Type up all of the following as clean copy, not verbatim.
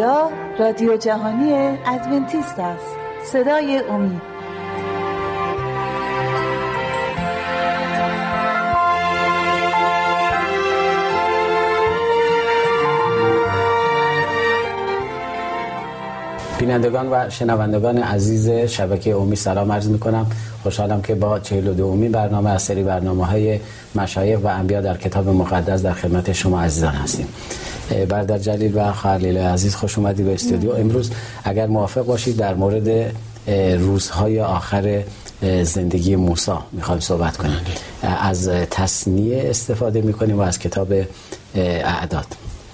اینجا رادیو جهانی ادونتیست است، صدای امید. بینندگان و شنوندگان عزیز شبکه امید سلام عرض می‌کنم. خوشحالم که با 42مین برنامه از سری برنامه‌های مشایخ و انبیا در کتاب مقدس در خدمت شما عزیزان هستیم. برادر جلیل و خواهر لیلا عزیز خوش اومدید به استودیو. امروز اگر موافق باشید در مورد روزهای آخر زندگی موسی می‌خوایم صحبت کنیم. از تثنیه استفاده می‌کنیم و از کتاب اعداد.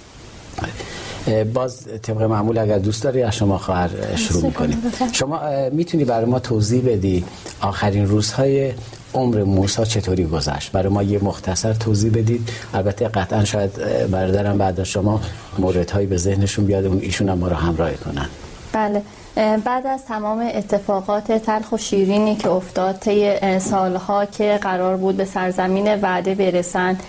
باز طبق معمول اگر دوست داری از شما خواهر شروع میکنیم. شما میتونی برای ما توضیح بدی آخرین روزهای عمر موسی چطوری گذشت؟ برای ما یه مختصر توضیح بدید. البته قطعا شاید برادرم بعد از شما موردهایی به ذهنشون بیاد و ایشون هم ما رو همراهی کنن. بله، بعد از تمام اتفاقات تلخ و شیرینی که افتاد طی سالها که قرار بود به سرزمین وعده برسند،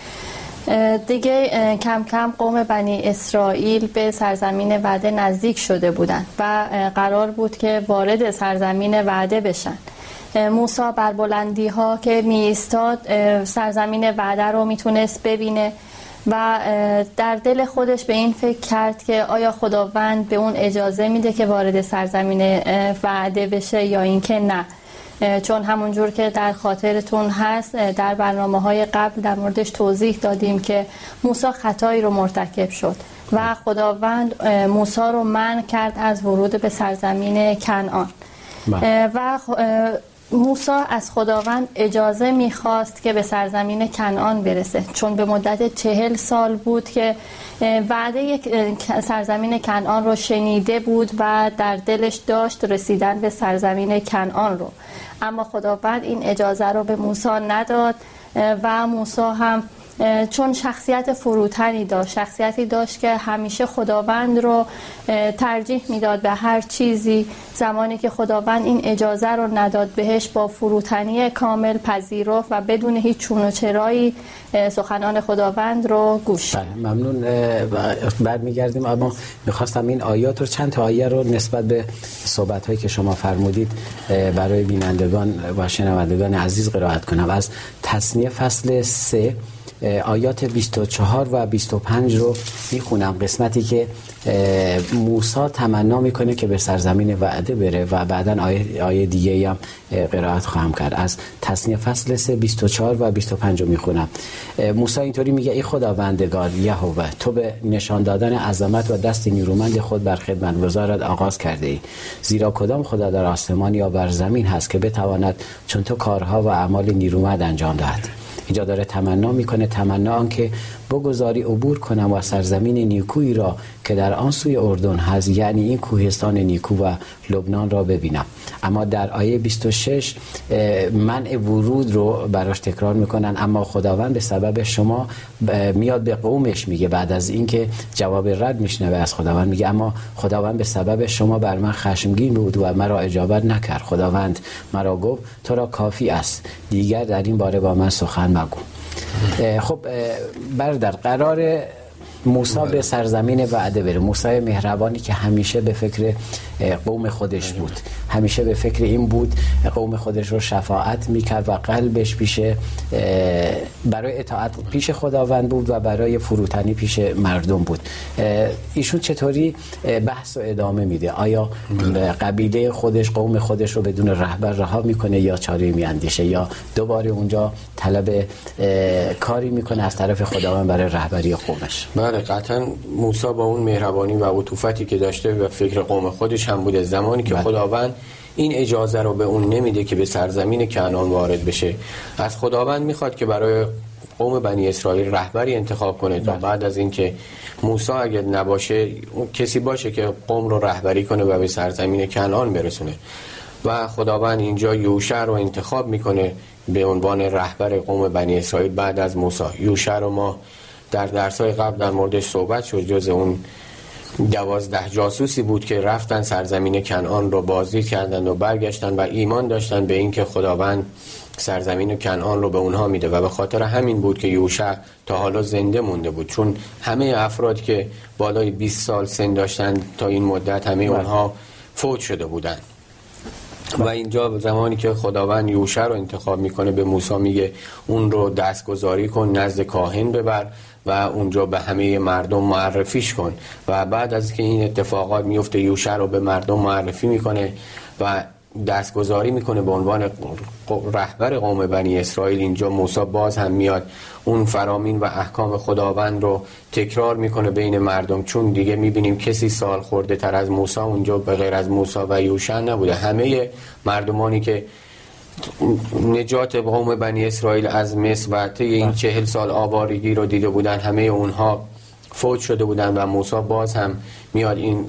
دیگه کم کم قوم بنی اسرائیل به سرزمین وعده نزدیک شده بودند و قرار بود که وارد سرزمین وعده بشن. موسی بر بلندی ها که می ایستاد سرزمین وعده رو میتونست ببینه و در دل خودش به این فکر کرد که آیا خداوند به اون اجازه میده که وارد سرزمین وعده بشه یا اینکه نه. چون همونجور که در خاطرتون هست در برنامه‌های قبل در موردش توضیح دادیم که موسی خطایی رو مرتکب شد و خداوند موسی رو منع کرد از ورود به سرزمین کنعان و موسی از خداوند اجازه میخواست که به سرزمین کنعان برسه، چون به مدت 40 سال بود که وعده سرزمین کنعان رو شنیده بود و در دلش داشت رسیدن به سرزمین کنعان رو، اما خداوند این اجازه رو به موسی نداد و موسی هم چون شخصیت فروتنی داشت، شخصیتی داشت که همیشه خداوند رو ترجیح میداد به هر چیزی، زمانی که خداوند این اجازه رو نداد بهش با فروتنی کامل پذیرفت و بدون هیچ چون و چرایی سخنان خداوند رو گوش. ممنون. برمیگردیم، اما میخواستم این آیات رو چند تا آیه رو نسبت به صحبت‌هایی که شما فرمودید برای بینندگان و شنوندگان عزیز قرائت کنم. از تثنیه فصل 3 آیات 24 و 25 رو میخونم، قسمتی که موسی تمنا میکنه که به سرزمین وعده بره و بعداً آیه دیگه هم قرائت خواهم کرد. از تثنیه فصل 3 24 و 25 رو میخونم. موسی اینطوری میگه: ای خداوندگار یهوه، تو به نشان دادن عظمت و دست نیرومند خود بر خدمتگزارت آغاز کرده ای، زیرا کدام خدا در آسمان یا بر زمین هست که بتواند چون تو کارها و اعمال نیرومند انجام دهد. اینجا داره تمنا میکنه، تمنا آن که بگذاری عبور کنم و سرزمین نیکویی را که در آن سوی اردن هست، یعنی این کوهستان نیکو و لبنان را ببینم. اما در آیه 26 منع ورود رو براش تکرار میکنن، اما خداوند به سبب شما میاد به قومش میگه، بعد از اینکه جواب رد میشنوه از خداوند میگه اما خداوند به سبب شما بر من خشمگین بود و مرا اجابت نکرد. خداوند مرا گفت تو را کافی است، دیگر در این باره با من سخن مگو. خب برادر، قرار موسی به سرزمین وعده بره. موسی مهربانی که همیشه به فکر قوم خودش بود، همیشه به فکر این بود قوم خودش رو شفاعت میکرد و قلبش برای اطاعت پیش خداوند بود و برای فروتنی پیش مردم بود. ایشون چطوری بحث و ادامه میده؟ آیا قبیله خودش، قوم خودش رو بدون رهبر رها میکنه یا چاره میاندیشه یا دوباره اونجا طلب کاری میکنه از طرف خداوند برای رهبری قومش؟ بله، قطعا موسی با اون مهربانی و عطوفتی که داشته و فکر قوم خودش هم بوده، زمانی که خداوند این اجازه رو به اون نمیده که به سرزمین کنعان وارد بشه، از خداوند میخواد که برای قوم بنی اسرائیل رهبری انتخاب کنه تا بعد از اینکه موسی اگر نباشه کسی باشه که قوم رو رهبری کنه و به سرزمین کنعان برسونه. و خداوند اینجا یوشع رو انتخاب میکنه به عنوان رهبر قوم بنی اسرائیل بعد از موسی. یوشع رو ما در درس‌های قبل در موردش صحبت شد، جز اون 12 جاسوسی بود که رفتن سرزمین کنعان رو بازدید کردند و برگشتن و ایمان داشتن به این که خداوند سرزمین کنعان رو به اونها میده و به خاطر همین بود که یوشع تا حالا زنده مونده بود، چون همه افراد که بالای 20 سال سن داشتن تا این مدت همه اونها فوت شده بودن. و اینجا زمانی که خداوند یوشع رو انتخاب میکنه به موسی میگه اون رو دستگذاری کن، نزد کاهن ببر و اونجا به همه مردم معرفیش کن. و بعد از که این اتفاقات میفته یوشع رو به مردم معرفی میکنه و دستگذاری میکنه به عنوان رهبر قوم بنی اسرائیل. اینجا موسی باز هم میاد اون فرامین و احکام خداوند رو تکرار میکنه بین مردم، چون دیگه میبینیم کسی سال خورده تر از موسی اونجا به غیر از موسی و یوشع نبوده. همه مردمانی که نجات قوم بنی اسرائیل از مصر و طی این 40 سال آوارگی رو دیده بودن، همه اونها فوت شده بودن و موسی باز هم میاد این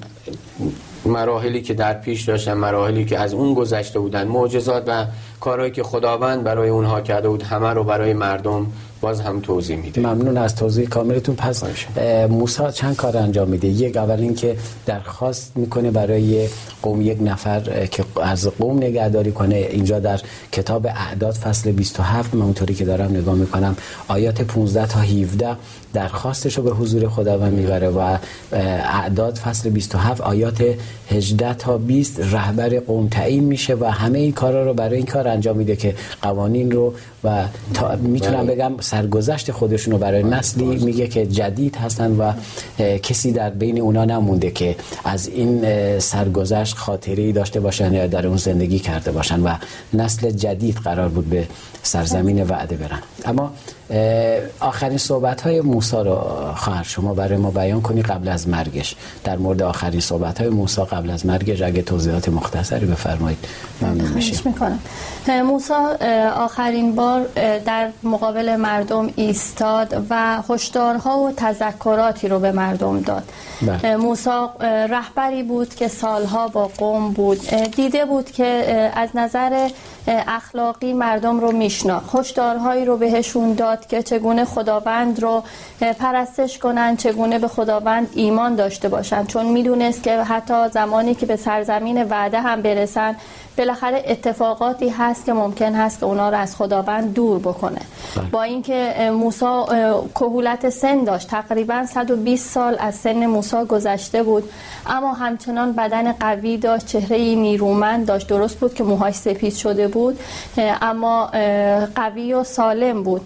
مراحلی که در پیش داشتن، مراحلی که از اون گذشته بودن، معجزات و کارهایی که خداوند برای اونها کرده بود، همه رو برای مردم باز هم توضیح میده. ممنون از توضیح کاملتون. پس موسی چند کار انجام میده. یک، اول این که درخواست میکنه برای قوم یک نفر که از قوم نگهداری کنه. اینجا در کتاب اعداد فصل 27 من اونطوری که دارم نگاه میکنم آیات 15 تا 17 درخواستش رو به حضور خداوند میبره و اعداد فصل 27 آیات 18 تا 20 رهبر قوم تعیین میشه و همه این کارا رو برای این کار انجام میده که قوانین رو و میتونم بگم سرگذشت خودشون رو برای نسلی میگه که جدید هستن و کسی در بین اونا نمونده که از این سرگذشت خاطری داشته باشن یا در اون زندگی کرده باشن و نسل جدید قرار بود به سرزمین وعده برن. اما آخرین صحبت‌های موسی رو خواهر شما برای ما بیان کنی قبل از مرگش. در مورد آخرین صحبت‌های موسی قبل از مرگش اگه توضیحات مختصری بفرمایید ممنون میشیم. موسی آخرین بار در مقابل مردم ایستاد و هشدارها و تذکراتی رو به مردم داد. موسی رهبری بود که سالها با قوم بود، دیده بود که از نظر اخلاقی مردم رو میشناخت، هشدارهایی رو بهشون داد که چگونه خداوند رو پرستش کنن، چگونه به خداوند ایمان داشته باشن، چون میدونست که حتی زمانی که به سرزمین وعده هم برسن بالاخره اتفاقاتی هست که ممکن هست که اونا رو از خداوند دور بکنه. با اینکه موسی کهولت سن داشت، تقریبا 120 سال از سن موسی گذشته بود، اما همچنان بدن قوی داشت، چهره نیرومند داشت. درست بود که موهاش سپید شده بود اما قوی و سالم بود.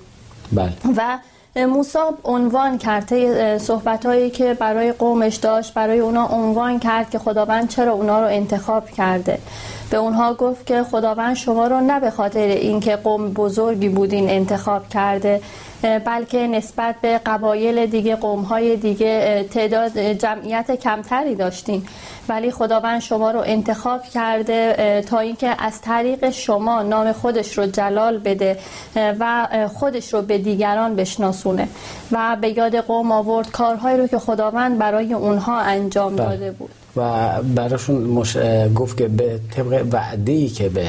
و موسی عنوان کرد صحبت‌هایی که برای قومش داشت، برای اونا عنوان کرد که خداوند چرا اونا رو انتخاب کرده. به اونها گفت که خداوند شما رو نه به خاطر اینکه قوم بزرگی بودین انتخاب کرده، بلکه نسبت به قبایل دیگه، قوم‌های دیگه تعداد جمعیت کمتری داشتین، ولی خداوند شما رو انتخاب کرده تا اینکه از طریق شما نام خودش رو جلال بده و خودش رو به دیگران بشناسونه و به یاد قوم آورد کارهایی رو که خداوند برای اونها انجام داده بود و براشون گفت که به طبق وعده‌ای که به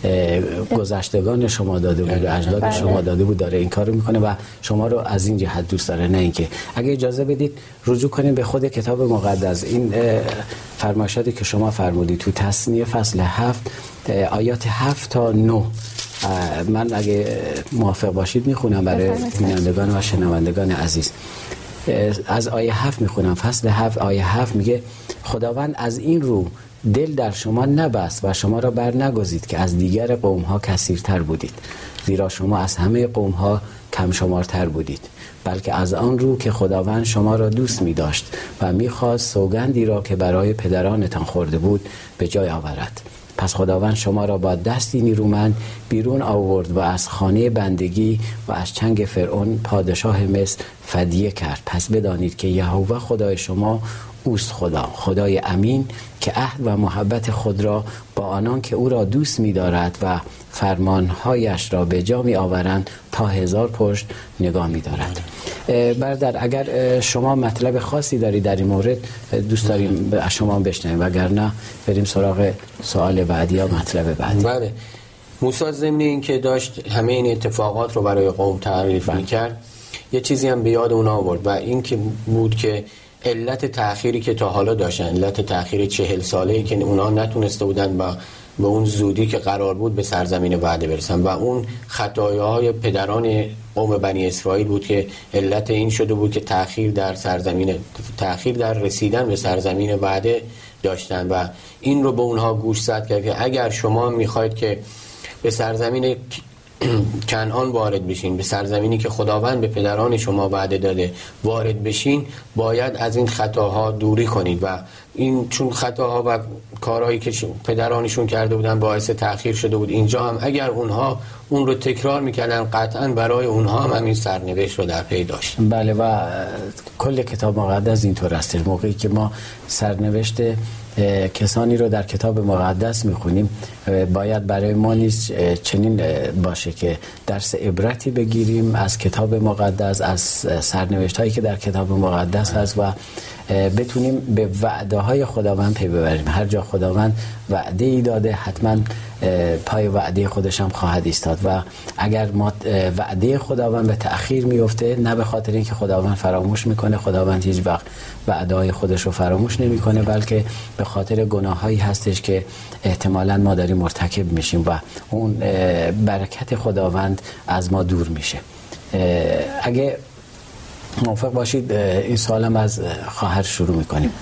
گذشتگان شما داده بود، به اجداد شما داده بود داره این کارو میکنه و شما رو از این جهت دوست داره. نه اینکه اگه اجازه بدید رجوع کنیم به خود کتاب مقدس. این فرمایشاتی که شما فرمودید تو تثنیه فصل 7 آیات 7 تا 9 من اگه موافق باشید میخونم برای بینندگان و شنوندگان عزیز. از آیه 7 میخونم. فصل 7 آیه 7 میگه خداوند از این رو دل در شما نبست و شما را بر نگزید که از دیگر قوم ها کثیرتر بودید، زیرا شما از همه قوم ها کم شمارتر بودید، بلکه از آن رو که خداوند شما را دوست می داشت و می خواست سوگندی را که برای پدرانتان خورده بود به جای آورد. پس خداوند شما را با دستی نیرومند بیرون آورد و از خانه بندگی و از چنگ فرعون پادشاه مصر فدیه کرد. پس بدانید که یهوه خدای شما اوست، خدای امین که عهد و محبت خود را با آنان که او را دوست می دارد و فرمانهایش را به جا می آورند تا 1000 پشت نگاه می دارد. برادر اگر شما مطلب خاصی داری در این مورد دوست داریم از شما بشنویم، وگرنه بریم سراغ سوال بعدی یا مطلب بعدی. بله. موسی ضمن این که داشت همه این اتفاقات رو برای قوم تعریف می‌کرد، یه چیزی هم به یاد اونا آورد و این که بود که علت تأخیری که تا حالا داشتن، علت تأخیر 40 ساله‌ای که اونا نتونسته بودن به اون زودی که قرار بود به سرزمین وعده برسن و اون خطاهای پدران قوم بنی اسرائیل بود که علت این شده بود که تأخیر در رسیدن به سرزمین وعده داشتن و این رو به اونها گوشزد کرد که اگر شما میخواید که به سرزمین کنعان وارد بشین، به سرزمینی که خداوند به پدران شما وعده داده وارد بشین، باید از این خطاها دوری کنید و این چون خطاها و کارهایی که پدرانشون کرده بودن باعث تأخیر شده بود، اینجا هم اگر اونها اون رو تکرار میکردن قطعا برای اونها هم این سرنوشت رو در پی داشت. بله و کل کتاب مقدس اینطور است. موقعی که ما سرنوشت کسانی رو در کتاب مقدس میخونیم باید برای ما نیز چنین باشه که درس عبرتی بگیریم از کتاب مقدس، از سرنوشت هایی که در کتاب مقدس هست و بتونیم به وعده های خداوند پی ببریم. هر جا خداوند وعده ای داده حتما پای وعده خودش هم خواهد ایستاد و اگر ما وعده خداوند به تأخیر میفته، نه به خاطر اینکه خداوند فراموش میکنه، خداوند هیچ وقت وعده های خودش رو فراموش نمیکنه، بلکه به خاطر گناهایی هستش که احتمالاً ما داریم مرتکب میشیم و اون برکت خداوند از ما دور میشه. اگه موافق باشید این سوالم از خواهر شروع میکنیم.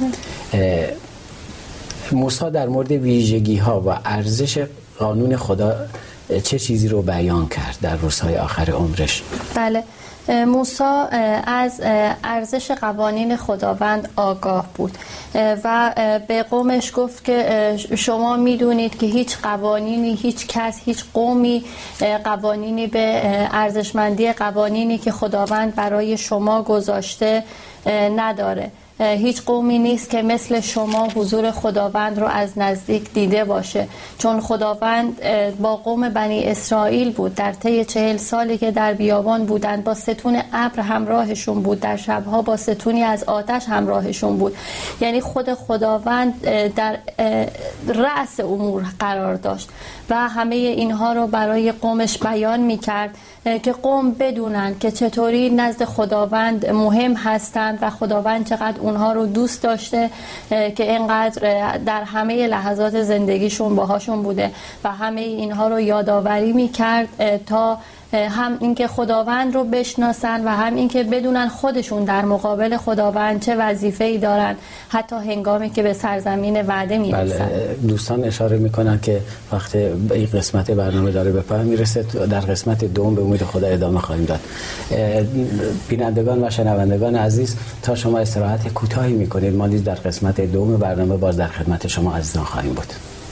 موسی در مورد ویژگی ها و ارزش قانون خدا چه چیزی رو بیان کرد در روزهای آخر عمرش؟ بله، موسی از ارزش قوانین خداوند آگاه بود و به قومش گفت که شما میدونید که هیچ قوانینی، هیچ کس، هیچ قومی قوانینی به ارزشمندی قوانینی که خداوند برای شما گذاشته نداره. هیچ قومی نیست که مثل شما حضور خداوند رو از نزدیک دیده باشه، چون خداوند با قوم بنی اسرائیل بود در طی 40 سالی که در بیابان بودند، با ستون ابر همراهشون بود، در شبها با ستونی از آتش همراهشون بود. یعنی خود خداوند در رأس امور قرار داشت و همه اینها رو برای قومش بیان می‌کرد که قوم بدونن که چطوری نزد خداوند مهم هستند و خداوند چقدر اونها رو دوست داشته که اینقدر در همه لحظات زندگیشون باهاشون بوده و همه اینها رو یادآوری می‌کرد تا هم اینکه خداوند رو بشناسن و هم اینکه بدونن خودشون در مقابل خداوند چه وظیفه‌ای دارن حتی هنگامی که به سرزمین وعده میرسن. بله، دوستان اشاره میکنن که وقتی این قسمت برنامه داره به پایان میرسه، در قسمت دوم به امید خدا ادامه خواهیم داد. بینندگان و شنوندگان عزیز، تا شما استراحت کوتاهی میکنید، ما نیز در قسمت دوم برنامه باز در خدمت شما عزیزان خواهیم بود.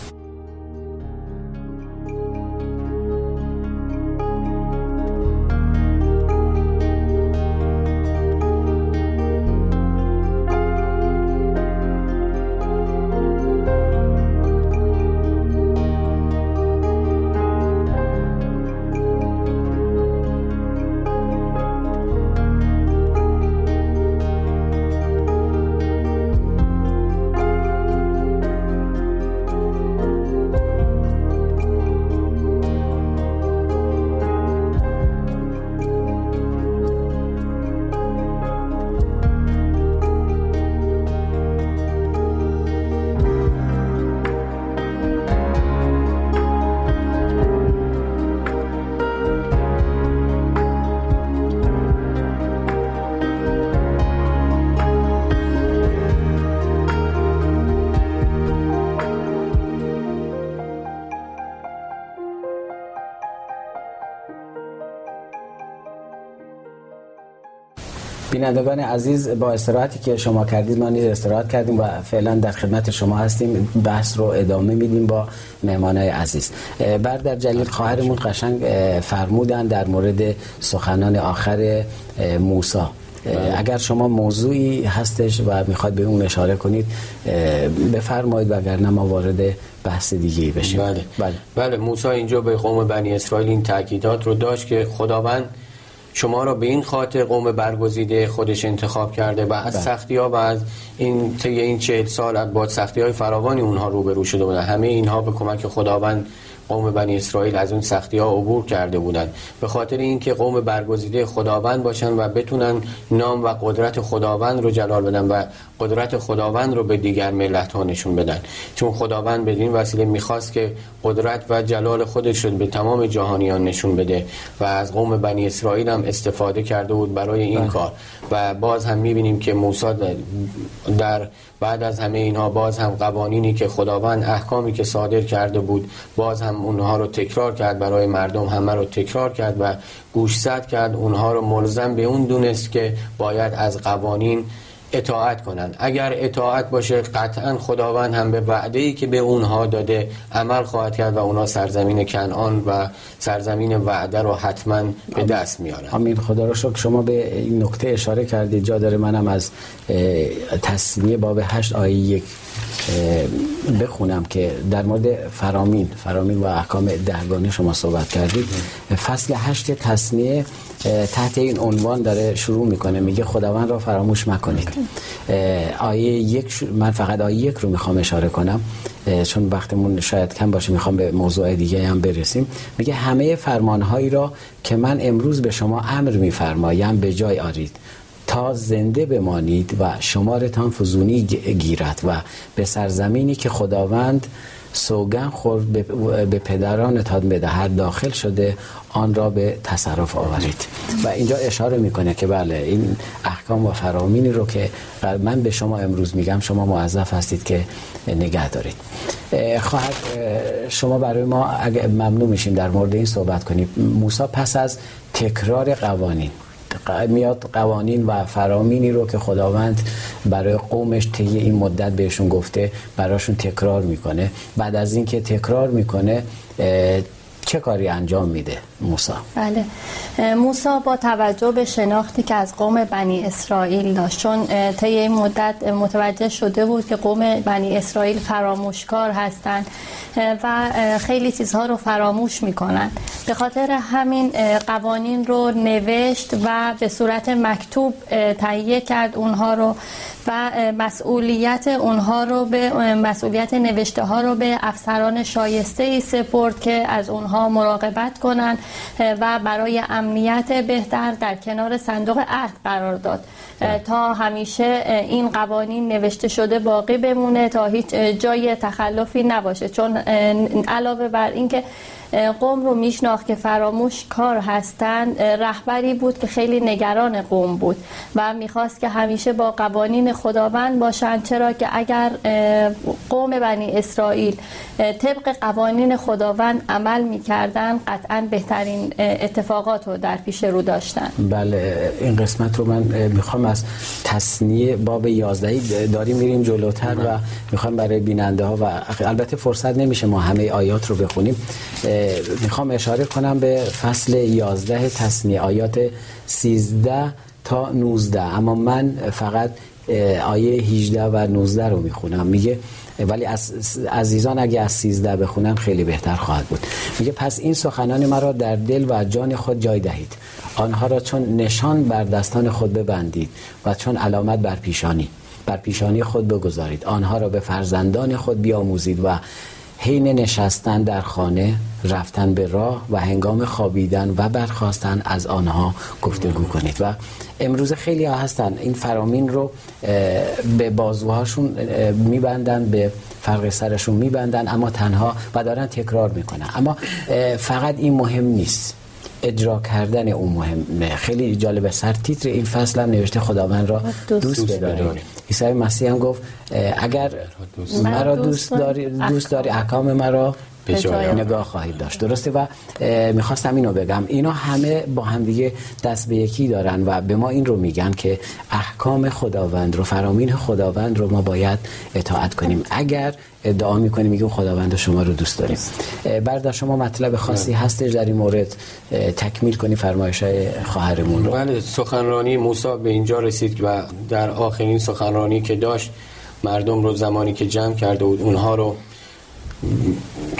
بینندگان عزیز، با استراحتی که شما کردید ما نیز استراحت کردیم و فعلا در خدمت شما هستیم. بحث رو ادامه میدیم با مهمانای عزیز. برادر جلیل خواهرمون قشنگ فرمودن در مورد سخنان آخر موسی. اگر شما موضوعی هستش و میخواد به اون اشاره کنید بفرمایید، وگرنه ما وارد بحث دیگه بشیم. بله، موسی اینجا به قوم بنی اسرائیل این تاکیدات رو داشت که خداوند شما را به این خاطر قوم برگزیده خودش انتخاب کرده و از سختی‌ها و از این 40 سال با سختی‌های فراوانی اونها روبرو شده بودن. همه اینها به کمک خداوند قوم بنی اسرائیل از اون سختی ها عبور کرده بودن، به خاطر اینکه قوم برگزیده خداوند باشن و بتونن نام و قدرت خداوند رو جلال بدن و قدرت خداوند رو به دیگر ملت ها نشون بدن. چون خداوند بدین وسیله میخواست که قدرت و جلال خودش رو به تمام جهانیان نشون بده و از قوم بنی اسرائیل هم استفاده کرده بود برای این کار. و باز هم میبینیم که موسی در بعد از همه اینها باز هم قوانینی که خداوند، احکامی که صادر کرده بود، باز هم اونها رو تکرار کرد برای مردم، همه رو تکرار کرد و گوشزد کرد، اونها رو ملزم به اون دونست که باید از قوانین اطاعت کنن. اگر اطاعت باشه قطعا خداوند هم به وعده‌ای که به اونها داده عمل خواهد کرد و اونها سرزمین کنعان و سرزمین وعده رو حتما به دست میارن. آمین. خدا رو شکر شما به این نکته اشاره کردید. جا داره منم از تثنیه باب 8 آیه 1 بخونم که در مورد فرامین و احکام دهگانه شما صحبت کردید. فصل 8 تثنیه تحت این عنوان داره شروع میکنه، میگه خداوند را فراموش مکنید. آیه 1 من فقط آیه 1 رو میخوام اشاره کنم چون وقتمون شاید کم باشه، میخوام به موضوع دیگه هم برسیم. میگه همه فرمانهایی را که من امروز به شما امر میفرمایم به جای آرید تا زنده بمانید و شمارتان فزونی گیرد و به سرزمینی که خداوند سوگند خورد به پدرانتان بدهد داخل شده آن را به تصرف آورید. و اینجا اشاره میکنه که بله این احکام و فرامینی رو که من به شما امروز میگم شما موظف هستید که نگه دارید. خواهد شما برای ما اگه ممنون میشیم در مورد این صحبت کنید. موسی پس از تکرار قوانین میاد قوانین و فرامینی رو که خداوند برای قومش طی این مدت بهشون گفته براشون تکرار میکنه. بعد از این که تکرار میکنه چه کاری انجام میده موسی؟ بله، موسی با توجه به شناختی که از قوم بنی اسرائیل داشت، چون طی این مدت متوجه شده بود که قوم بنی اسرائیل فراموشکار هستند و خیلی چیزها رو فراموش میکنن، به خاطر همین قوانین رو نوشت و به صورت مکتوب تهیه کرد اونها رو و مسئولیت اونها رو به مسئولیت نوشته ها رو به افسران شایسته ای سپرد که از اونها مراقبت کنن و برای امنیت بهتر در کنار صندوق عهد قرار داد تا همیشه این قوانین نوشته شده باقی بمونه، تا هیچ جای تخلفی نباشه. چون علاوه بر این که قوم رو میشناخت که فراموش کار هستند، رهبری بود که خیلی نگران قوم بود و میخواست که همیشه با قوانین خداوند باشند، چرا که اگر قوم بنی اسرائیل طبق قوانین خداوند عمل میکردن قطعا بهترین اتفاقات رو در پیش رو داشتن. بله، این قسمت رو من میخوام از تثنیه باب 11 داریم میریم جلوتر و میخوام برای بیننده ها و البته فرصت نمیشه ما همه آیات رو بخونیم، میخوام اشاره کنم به فصل 11 تثنیه آیات 13 تا 19، اما من فقط آیه 18 و 19 رو میخونم. میگه ولی عزیزان اگه از 13 بخونن خیلی بهتر خواهد بود. میگه پس این سخنان مرا در دل و جان خود جای دهید، آنها را چون نشان بر دستان خود ببندید و چون علامت بر پیشانی خود بگذارید، آنها را به فرزندان خود بیاموزید و حین نشستن در خانه، رفتن به راه و هنگام خوابیدن و برخاستن از آنها گفتگو کنید. و امروز خیلی ها هستن این فرامین رو به بازوهاشون میبندن، به فرق سرشون میبندن، اما تنها و دارن تکرار میکنن. اما فقط این مهم نیست، اجرا کردن اون مهمه. خیلی جالبه، سرتیتر این فصل هم نوشته خداوند را دوست بدارید. عیسی مسیح هم گفت اگر مرا دوست داری احکام مرا به جای نگاه خواهید داشت. درسته؟ و میخواستم اینو بگم، اینا همه با هم دیگه دست به یکی دارن و به ما این رو میگن که احکام خداوند رو، فرامین خداوند رو ما باید اطاعت کنیم. اگر ادعا میکنیم میگیم خداوند شما رو دوست داریم. برادر شما مطلب خاصی هستش در این مورد تکمیل کنی فرمایش‌های خواهرمون رو؟ بله، سخنرانی موسی به اینجا رسید و در آخرین سخنرانی که داشت مردم رو زمانی که جمع کرده بود اونها رو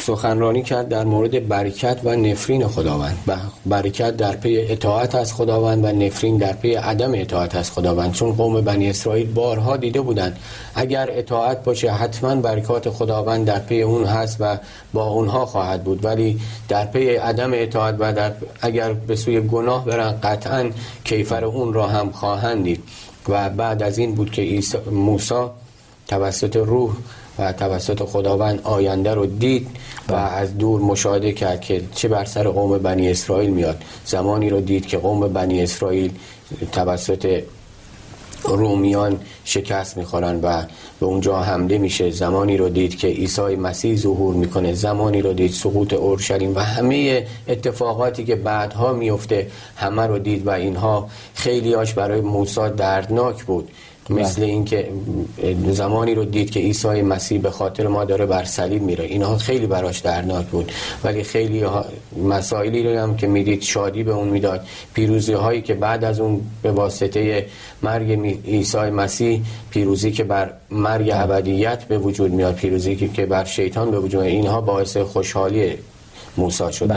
سخنرانی کرد در مورد برکت و نفرین خداوند. برکت در پی اطاعت از خداوند و نفرین در پی عدم اطاعت از خداوند. چون قوم بنی اسرائیل بارها دیده بودند اگر اطاعت باشه حتما برکات خداوند در پی اون هست و با اونها خواهد بود، ولی در پی عدم اطاعت و اگر به سوی گناه برن قطعا کیفر اون را هم خواهند دید. و بعد از این بود که موسی توسط روح و توسط خداوند آینده رو دید و از دور مشاهده کرد که چه بر سر قوم بنی اسرائیل میاد. زمانی رو دید که قوم بنی اسرائیل توسط رومیان شکست میخورن و به اونجا حمله میشه. زمانی رو دید که عیسی مسیح ظهور میکنه. زمانی رو دید سقوط اورشلیم و همه اتفاقاتی که بعدها میفته همه رو دید و اینها خیلیاش برای موسی دردناک بود. مثل اینکه زمانی رو دید که عیسی مسیح به خاطر ما داره بر صلیب میره، اینها خیلی براش دردناک بود. ولی خیلی مسائلی رو هم که میدید شادی به اون میداد. پیروزی هایی که بعد از اون به واسطه مرگ عیسی مسیح، پیروزی که بر مرگ ابدیت به وجود میاد، پیروزی که بر شیطان به وجود میاد، اینها باعث خوشحالی موسی شد.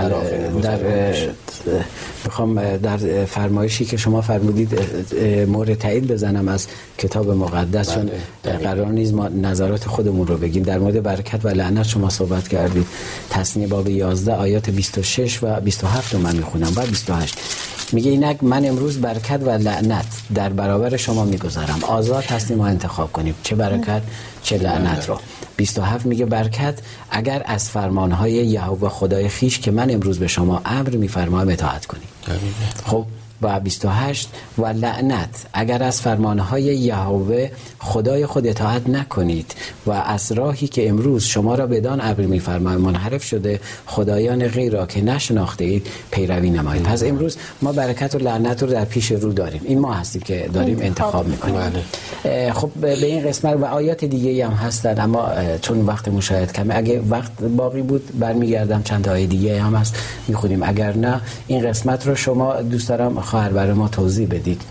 بخوام در فرمایشی که شما فرمودید مورد تایید بزنم از کتاب مقدس، چون قرار نیست ما نظرات خودمون رو بگیم. در مورد برکت و لعنت شما صحبت کردید. تثنیه باب 11 آیات 26 و 27 رو من میخونم و 28 میگه اینک من امروز برکت و لعنت در برابر شما میگذارم، آزاد هستیم ما انتخاب کنیم چه برکت چه لعنت رو. 27 میگه برکت اگر از فرمانهای یهوه خدای خیش که من امروز به شما امر میفرمایم اطاعت کنید. خب و 28 و لعنت اگر از فرمانهای یهوه خدای خود اطاعت نکنید و از راهی که امروز شما را بدان امر می‌فرمایم منحرف شده خدایان غیر را که نشناخته اید پیروی نمایید. پس امروز ما برکت و لعنت رو در پیش رو داریم. این ما هستیم که داریم انتخاب می‌کنیم. خب به این قسمت و آیات دیگه هم هستن، اما چون وقت مشاهده کمه اگه وقت باقی بود برمیگردم چند تا آیه دیگه هم هست می‌خونیم، اگر نه این قسمت رو شما دوست دارم خواهر برای ما توضیح بدید.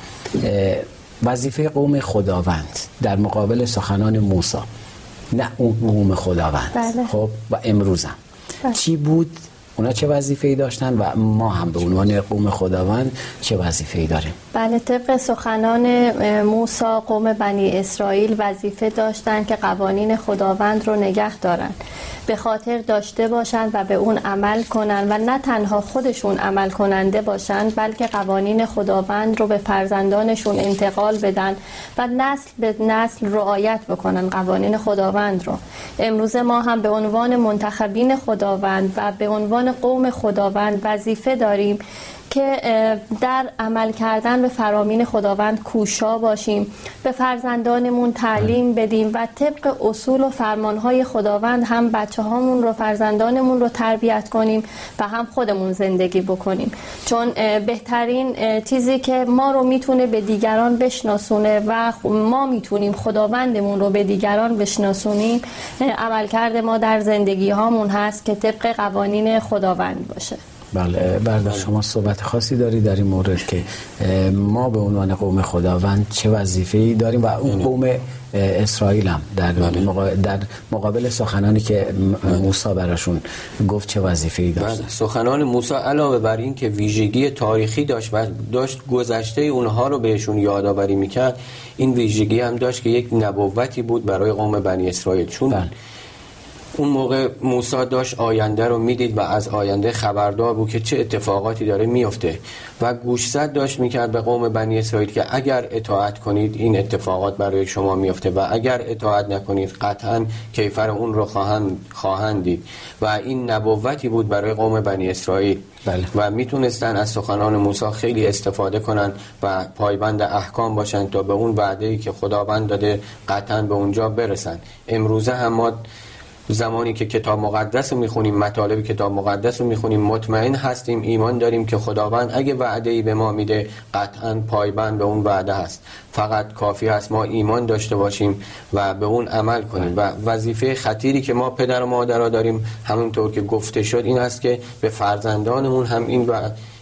وظیفه قوم خداوند در مقابل سخنان موسی، نه اون قوم خداوند. بله. خب و امروزم چی بود؟ اونا چه وظیفه‌ای داشتن و ما هم به عنوان قوم خداوند چه وظیفه‌ای داریم؟ بله، طبق سخنان موسی قوم بنی اسرائیل وظیفه داشتن که قوانین خداوند رو نگه دارن، به خاطر داشته باشند و به اون عمل کنن و نه تنها خودشون عمل کننده باشند بلکه قوانین خداوند رو به فرزندانشون انتقال بدن و نسل به نسل رعایت بکنن قوانین خداوند رو. امروز ما هم به عنوان منتخبین خداوند و به عنوان قوم خداوند وظیفه داریم که در عمل کردن به فرامین خداوند کوشا باشیم، به فرزندانمون تعلیم بدیم و طبق اصول و فرمانهای خداوند هم بچه هامون رو فرزندانمون رو تربیت کنیم و هم خودمون زندگی بکنیم. چون بهترین چیزی که ما رو میتونه به دیگران بشناسونه و ما میتونیم خداوندمون رو به دیگران بشناسونیم عملکرد ما در زندگی هامون هست که طبق قوانین خداوند باشه. بله، برادر شما صحبت خاصی داری در این مورد که ما به عنوان قوم خداوند چه وظیفه‌ای داریم و اون قوم اسرائیل هم در مقابل سخنانی که موسی براشون گفت چه وظیفه‌ای داشت. سخنان موسی علاوه بر این که ویژگی تاریخی داشت و داشت گذشته اونها رو بهشون یادآوری میکرد، این ویژگی هم داشت که یک نبوتی بود برای قوم بنی اسرائیل. چون اون موقع موسی داشت آینده رو میدید و از آینده خبردار بود که چه اتفاقاتی داره میفته و گوشزد داشت میکرد به قوم بنی اسرائیل که اگر اطاعت کنید این اتفاقات برای شما میفته و اگر اطاعت نکنید قطعا کیفر اون رو خواهند دید. و این نبوتی بود برای قوم بنی اسرائیل. بله. و میتونستن از سخنان موسی خیلی استفاده کنن و پایبند احکام باشن تا به اون وعده‌ای که خداوند داده قطعا به اونجا برسن. امروزه هم ما زمانی که کتاب مقدس رو میخونیم، مطالب کتاب مقدس رو میخونیم، مطمئن هستیم، ایمان داریم که خداوند اگه وعده‌ای به ما میده قطعاً پایبند به اون وعده هست. فقط کافی هست ما ایمان داشته باشیم و به اون عمل کنیم. و وظیفه خطیری که ما پدر و مادرها داریم همونطور که گفته شد این است که به فرزندانمون هم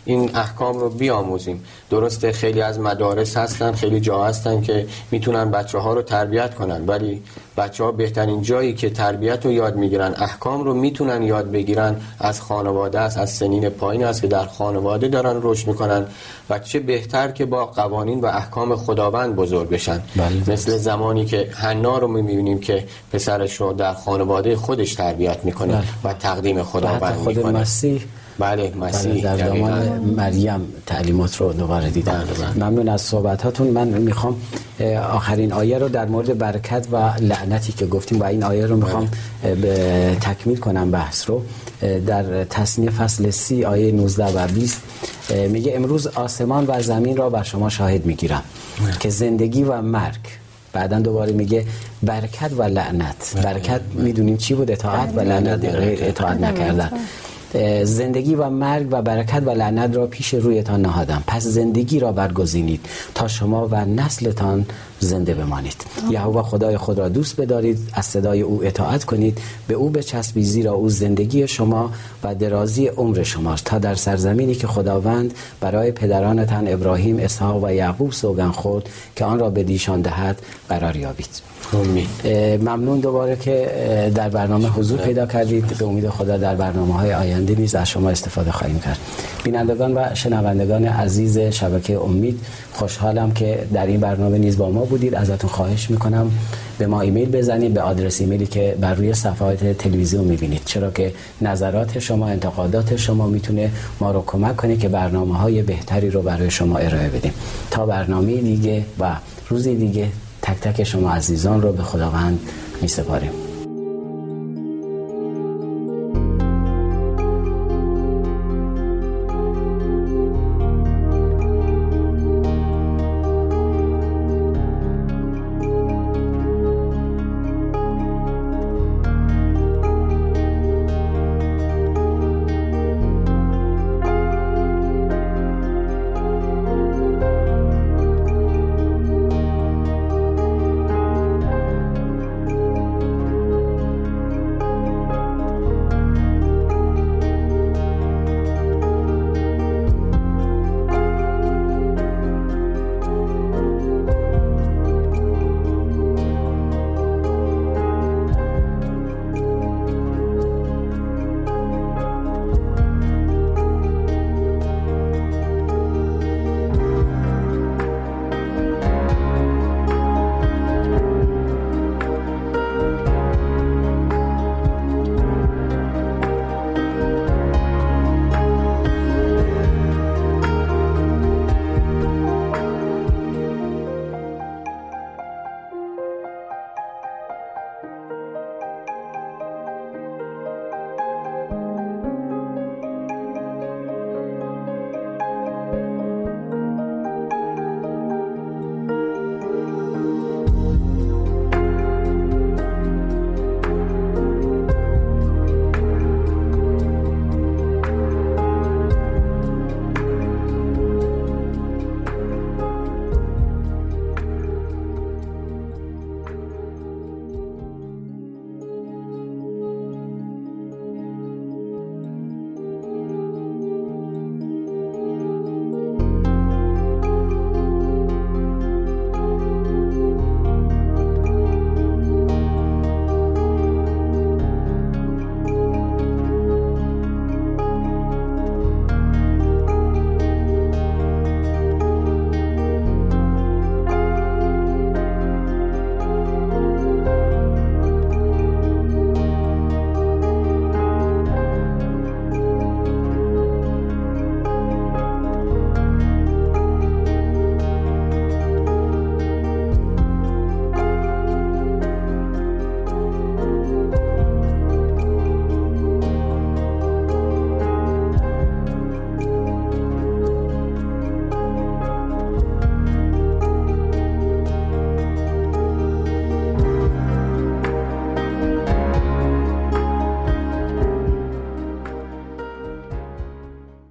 این احکام رو بیاموزیم. درسته خیلی از مدارس هستن، خیلی جا هستن که میتونن بچه‌ها رو تربیت کنن، ولی بچه‌ها بهترین جایی که تربیت رو یاد میگیرن، احکام رو میتونن یاد بگیرن از خانواده است، از سنین پایین است که در خانواده دارن رشد میکنن و چه بهتر که با قوانین و احکام خداوند بزرگ بشن. مثل زمانی که حنا رو میبینیم که پسرش رو در خانواده خودش تربیت میکنه و تقدیم خداوند میکنه. بله مسیح در زمان مریم تعلیمات رو دوباره دیدم. ممنون از صحبتاتون. من میخوام آخرین آیه رو در مورد برکت و لعنتی که گفتیم و این آیه رو میخوام تکمیل کنم بحث رو. در تثنیه فصل 30 آیه 19 و 20 میگه امروز آسمان و زمین را بر شما شاهد میگیرم که زندگی و مرگ. بعدن دوباره میگه برکت و لعنت. برکت میدونیم چی بود؟ اطاعت و لعنت اطاعت نکردن. زندگی و مرگ و برکت و لعنت را پیش رویتان نهادم، پس زندگی را برگزینید تا شما و نسلتان زنده بمانید. یهوه خدای خود را دوست بدارید، از صدای او اطاعت کنید، به او بچسبید، زیرا او زندگی شما و درازی عمر شماست، تا در سرزمینی که خداوند برای پدرانتان ابراهیم، اسحاق و یعقوب سوگند خورد که آن را به دیشان دهد قرار یابید. ممنون دوباره که در برنامه حضور پیدا کردید. به امید خدا در برنامه‌های آینده نیز از شما استفاده خواهیم کرد. بینندگان و شنوندگان عزیز شبکه امید، خوشحالم که در این برنامه نیز با ما بودید. ازتون خواهش میکنم به ما ایمیل بزنید به آدرس ایمیلی که بر روی صفحات تلویزیون میبینید، چرا که نظرات شما، انتقادات شما میتونه ما رو کمک کنه که برنامه‌های بهتری رو برای شما ارائه بدیم. تا برنامه دیگه و روزی دیگه تک تک شما عزیزان رو به خداوند می‌سپاریم.